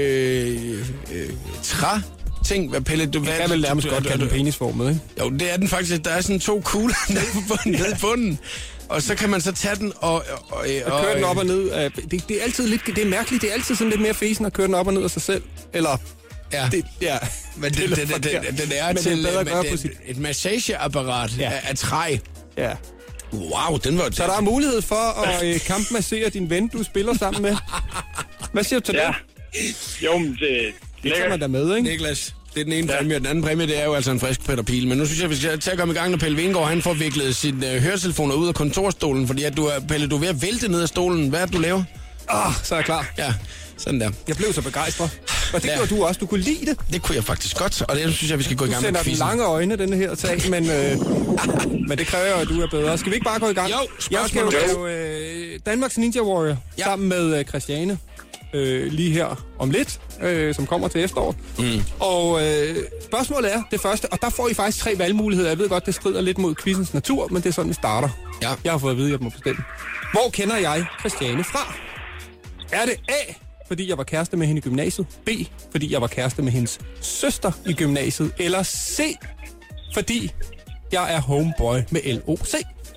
ting, hvad Pelle, du kan vel nærmest godt kalde den penisformet, ikke? Jo, det er den faktisk. Der er sådan 2 kugler nede i bunden. Og så kan man så tage den og køre den op og ned. Det er altid lidt, det er mærkeligt. Det er altid sådan lidt mere fesen at køre den op og ned af sig selv. Eller... Ja. Men den er til et massageapparat af træ. Ja. Wow, den var... Så der er mulighed for at kampmassere din ven, du spiller sammen med. Hvad siger du til det? Jo, men det tager man da med, ikke? Niklas, det er den ene præmie. Den anden præmie, det er jo altså en frisk Peter Pil. Men nu synes jeg, vi skal til at komme i gang, når Pelle Vingård, han får viklet sine høretelefoner ud af kontorstolen. Fordi at Pelle, du er ved at vælte ned af stolen. Hvad er det, du laver? Så er jeg klar. Ja, sådan der. Jeg blev så begejstret. Og det gjorde du også. Du kunne lide det. Det kunne jeg faktisk godt. Og det synes jeg, vi skal gå i gang med quizzen. Du sender den lange øjne, denne her sag. Men det kræver jo, at du er bedre. Skal vi ikke bare gå i gang? Jo, jeg skal jo Danmarks Ninja Warrior sammen med Christiane. Lige her om lidt, som kommer til efteråret. Og spørgsmålet er det første, og der får I faktisk 3 valgmuligheder. Jeg ved godt, det strider lidt mod quizens natur, men det er sådan, vi starter. Ja. Jeg har fået at vide, at jeg må bestemme. Hvor kender jeg Christiane fra? Er det A, fordi jeg var kæreste med hende i gymnasiet? B, fordi jeg var kæreste med hendes søster i gymnasiet? Eller C, fordi jeg er homeboy med LOC?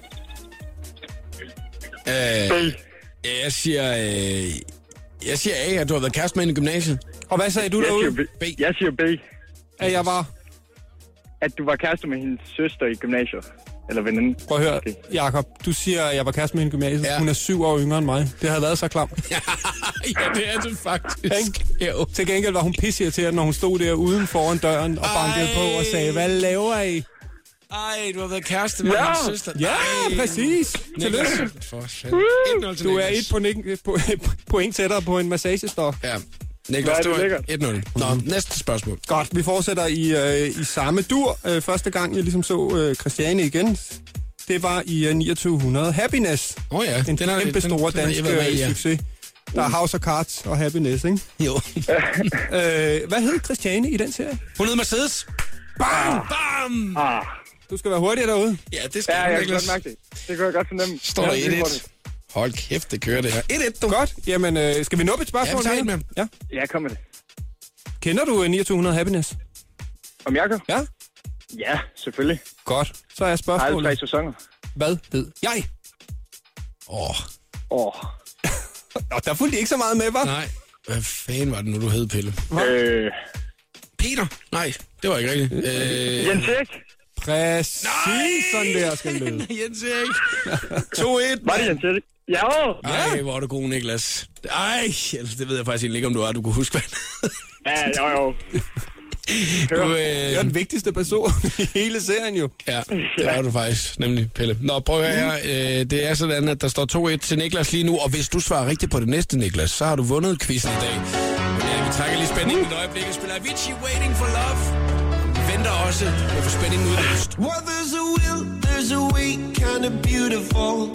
Jeg siger A, at du har været kæreste med hende i gymnasiet. Og hvad sagde du derude? B. Jeg siger B. At jeg var... At du var kæreste med hendes søster i gymnasiet. Eller veninde. Prøv at høre, Jakob, du siger, at jeg var kæreste med hende i gymnasiet. Ja. Hun er 7 år yngre end mig. Det havde været så klamt. Ja, det er det faktisk. Jo. Til gengæld var hun pisseirriterende, når hun stod der uden foran døren og bankede på og sagde, hvad laver I? Ej, du har været kæreste med min søster. Ja, præcis. Tillykke. Du er 1 point tættere på en massagestok. Ja. Niklas, du er 1-0. Nå, næste spørgsmål. Godt, vi fortsætter i samme dur. Første gang, jeg ligesom så Christiane igen, det var i 2900. Happiness. Ja. En kæmpe store dansk succes. Der er House of Cards og Happiness, ikke? Jo. Hvad hed Christiane i den serie? Hun hed Mercedes. Bam! Bam! Du skal være hurtigere derude. Ja, det skal jeg kan godt mærke det. Det kan jeg godt fornemme. Står der 1-1. Hold kæft, det kører det her. 1-1, du. Godt. Jamen, skal vi nå et spørgsmål? Ja, vi tager med. Ja, kom med det. Kender du 2900 Happiness? Om jeg gør? Ja. Ja, selvfølgelig. Godt. Så er spørgsmålet. Der er 3 sæsoner. Hvad hed jeg? Og der fulgte ikke så meget med, hva'? Nej. Hvad fanden var det nu, du hed, Pelle? Peter? Nej, det var ikke rigtigt. Jens Erik? Præcis sådan der skal lyde. Jens Erik. 2-1. Var det Jens Erik? Ja. Ej, hvor er du god, Niklas. Ej, det ved jeg faktisk ikke, om du var. Du kunne huske, hvad Ja, jo. Du er den vigtigste person i hele serien, jo. Ja, det er du faktisk, nemlig, Pelle. Nå, prøv at høre her. Det er sådan, at der står 2-1 til Niklas lige nu, og hvis du svarer rigtigt på det næste, Niklas, så har du vundet quizzen i dag. Vi trækker lige spændingen et øjeblik og spiller Avicii Waiting for Love. Vi venter også på at få spændingen udløst. Well, there's a will, there's a way, kind of beautiful.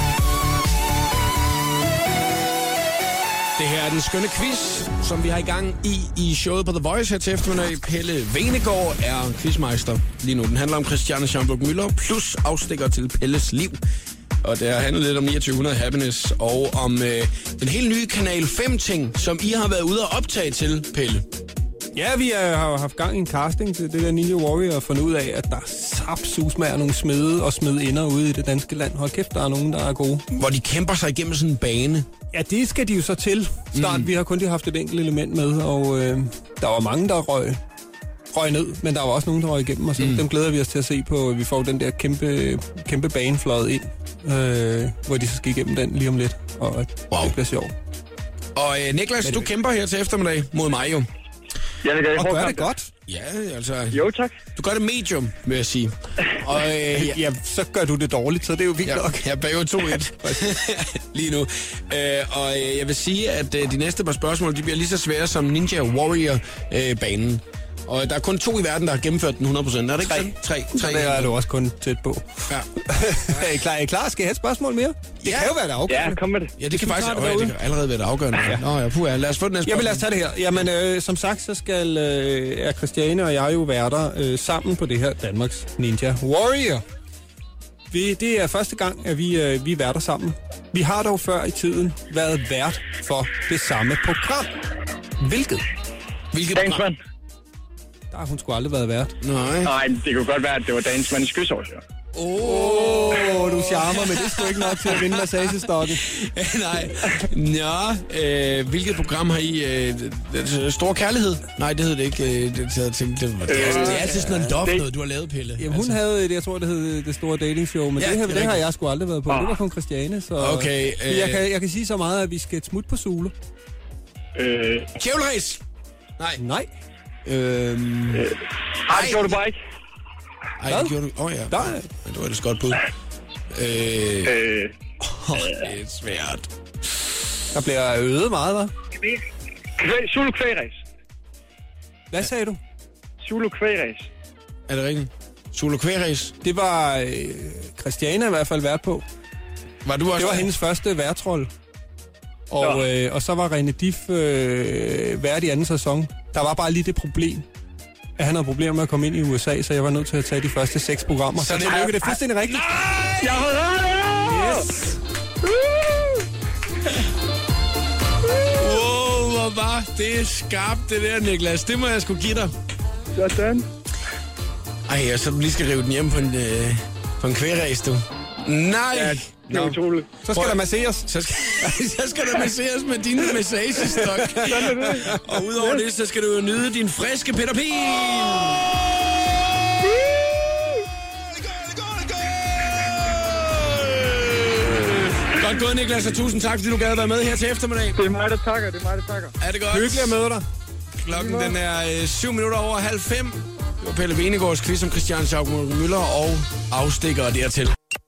Det her er den skønne quiz, som vi har i gang i showet på The Voice her til eftermiddag. Pelle Venegård er quizmeister lige nu. Den handler om Christiane Schaumburg-Müller plus afstikker til Pelles liv. Og det har handlet lidt om 2900 Happiness og om den helt nye Kanal 5-ting, som I har været ude og optage til, Pelle. Ja, vi har haft gang i en casting til det der Ninja Warrior og fundet ud af, at der sapsusmager nogle smede og smedinder ude i det danske land. Hold kæft, der er nogen, der er gode. Hvor de kæmper sig igennem sådan en bane. Ja, det skal de jo så til. Vi har kun lige haft et enkelt element med, og der var mange, der røg ned, men der var også nogen, der røg igennem, og så dem glæder vi os til at se på. Vi får den der kæmpe bane fløjet ind, hvor de så skal igennem den lige om lidt, og det bliver sjovt. Og Niklas, du kæmper her til eftermiddag mod mig jo. Ja, det gør jeg. Og gør det godt. Ja, altså... Jo, tak. Du gør det medium, vil jeg sige. Og, ja, så gør du det dårligt, så det er jo vildt nok. Jeg er bagud 2-1 lige nu. Og jeg vil sige, at de næste par spørgsmål, de bliver lige så svære som Ninja Warrior-banen. Og der er kun 2 i verden, der har gennemført den 100%. Er det ikke sådan? 3. Så der er du også kun tæt på. Ja. Er I klar? Skal jeg have et spørgsmål mere? Det kan jo være det afgørende. Ja, kom med det. Ja, det kan faktisk det kan allerede være det afgørende. Ja. Nå ja, puha. Lad os få den næste. Jamen lad os tage det her. Jamen, som sagt, så skal er Christiane og jeg jo være der sammen på det her Danmarks Ninja Warrior. Det er første gang, at vi er værter sammen. Vi har dog før i tiden været vært for det samme program. Hvilket program? Der har hun sgu aldrig været vært. Nej, det kunne godt være, at det var dagens mand i Skysovs, ja. Du charmer, men det er sgu ikke nok til at vinde massagestokken. Nej. Hvilket program har I? Stor Kærlighed? Nej, det hed det ikke. Det er altid sådan noget du har lavet, Pelle. Jamen, hun havde, jeg tror, det hed Det Store Dating Show, men det har jeg sgu aldrig været på. Det var kun Christiane, så okay, jeg kan sige så meget, at vi skal et smut på Zulu. Kævleræs? Nej. Det gjorde du bare ikke. Ej, det gjorde du. Ja. Det var et godt bud. Det er svært. Der bliver øvet meget, hva'? Zulu Kvægræs. Hvad sagde du? Zulu Kvægræs. Er det rigtigt? Zulu Kvægræs? Det var Christiane i hvert fald vært på. Var du også? Det var hendes første værtrolle. Og så var René Diff vært i anden sæson. Der var bare lige det problem, at han havde problemer med at komme ind i USA, så jeg var nødt til at tage de første 6 programmer. Så det lykkedes. Det er fuldstændig rigtigt. Nej! Jeg har yes! Wow, hvor var det skarpt, det der, Niklas. Det må jeg sgu give dig. Sådan. Ej, og så du lige skal rive den hjem på en kvægræs, du. Nej! Ja, det er utroligt. Så skal der masseres. Så skal der masseres med din massagestok. Og udover det, så skal du jo nyde din friske Peter Pil. Godt gået, Niklas, og tusind tak, fordi du gad at være med her til eftermiddag. Det er mig, der takker. Er det godt? Hyggeligt at møde dig. Klokken den er 7 minutter over 4:30. Det var Pelle Venegårds quiz om Christian Schaumburg Müller og afstikker dertil.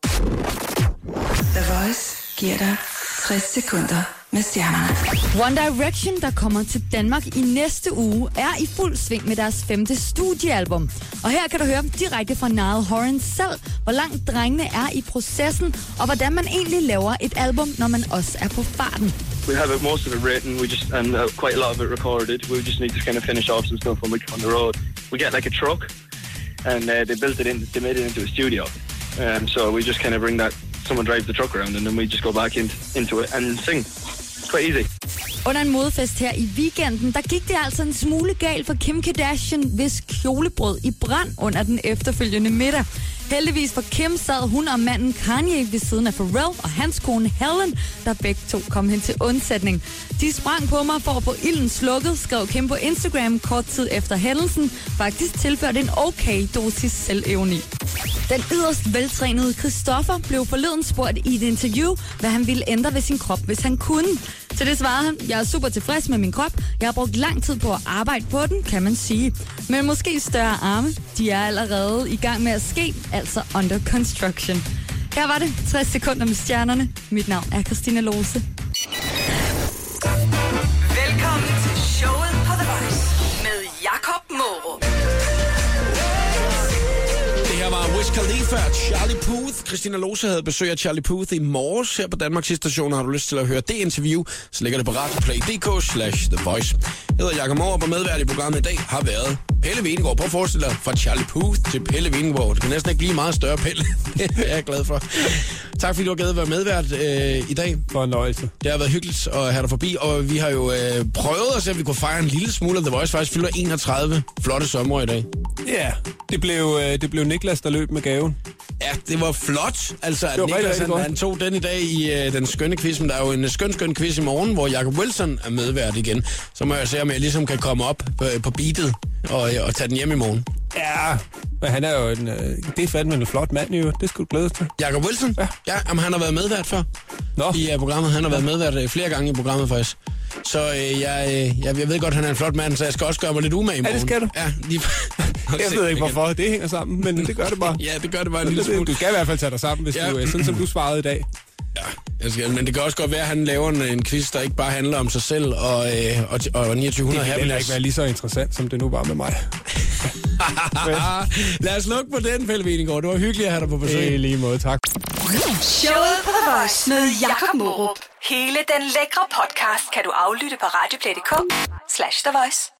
The Voice giver dig 60 sekunder med stjernerne. One Direction, der kommer til Danmark i næste uge, er i fuld sving med deres 5. studiealbum. Og her kan du høre direkte fra Niall Horan selv, hvor langt drengene er i processen, og hvordan man egentlig laver et album, når man også er på farten. We have most of it written, and quite a lot of it recorded. We just need to kind of finish off some stuff when we get on the road. We get like a truck, and they made it into a studio. So we just kind of bring that. Someone drives the truck around, and then we just go back into it and sing. It's quite easy. Under en modefest her i weekenden, der gik det altså en smule galt for Kim Kardashian, hvis kjolebrød i brand under den efterfølgende middag. Heldigvis for Kim sad hun og manden Kanye ved siden af Pharrell og hans kone Helen, der begge to kom hen til undsætning. De sprang på mig for at få ilden slukket, skrev Kim på Instagram kort tid efter hændelsen. Faktisk tilførte en okay dosis selvironi. Den yderst veltrænede Christoffer blev forleden spurgt i et interview, hvad han ville ændre ved sin krop, hvis han kunne. Til det svarede han, jeg er super tilfreds med min krop. Jeg har brugt lang tid på at arbejde på den, kan man sige. Men måske større arme. De er allerede i gang med at ske, altså under construction. Her var det 60 sekunder med stjernerne. Mit navn er Christina Lose. Velkommen til showet på The Voice med Jakob Morup. Det her var Wiz Khalifa, Charlie Puth. Christina Lose havde besøg af Charlie Puth i morges her på Danmarks Station. Har du lyst til at høre det interview, så ligger det på radioplay.dk/The Voice. Jeg hedder Jakob Morup, og medvært i programmet i dag har været Pelle Venegård. Prøv at forestille dig fra Charlie Puth til Pelle Venegård. Det kan næsten ikke blive meget større, Pelle. Det er jeg glad for. Tak fordi du har givet at være medvært i dag. Fornøjelse. Det har været hyggeligt at have dig forbi, og vi har jo prøvet at se, at vi kunne fejre en lille smule af The Voice. Faktisk fylder 31 flotte sommer i dag. Ja, det blev Niklas, der løb med gaven. Ja, det var flot. Altså, at Niklas han tog den i dag i den skønne quiz, men der er jo en skøn quiz i morgen, hvor Jacob Wilson er medvært igen. Så må jeg se, om jeg ligesom kan komme op på beatet og tage den hjem i morgen. Ja, men han er jo det er fandme en flot mand, jo. Det skulle du glæde til. Jacob Wilson? Ja, han har været medvært før. I programmet. Han har været medvært flere gange i programmet, faktisk. Så jeg ved godt, han er en flot mand, så jeg skal også gøre mig lidt umage i morgen. Ja, det skal du. Ja, lige... Jeg ved ikke, hvorfor det hænger sammen, men det gør det bare. Ja, det gør det bare en lille smule. Du skal i hvert fald tage dig sammen, hvis du sådan som du svarede i dag. Ja, men det kan også godt være, at han laver en quiz, der ikke bare handler om sig selv og 2900 happiness. Det kan ikke være lige så interessant, som det nu var med mig. Lad os lukke på den, Pelle Venegård. Det var hyggeligt at have dig på besøg. I lige måde, tak. Showet på The Voice med Jakob Morup. Hele den lækre podcast kan du aflytte på radioplay.dk/The Voice.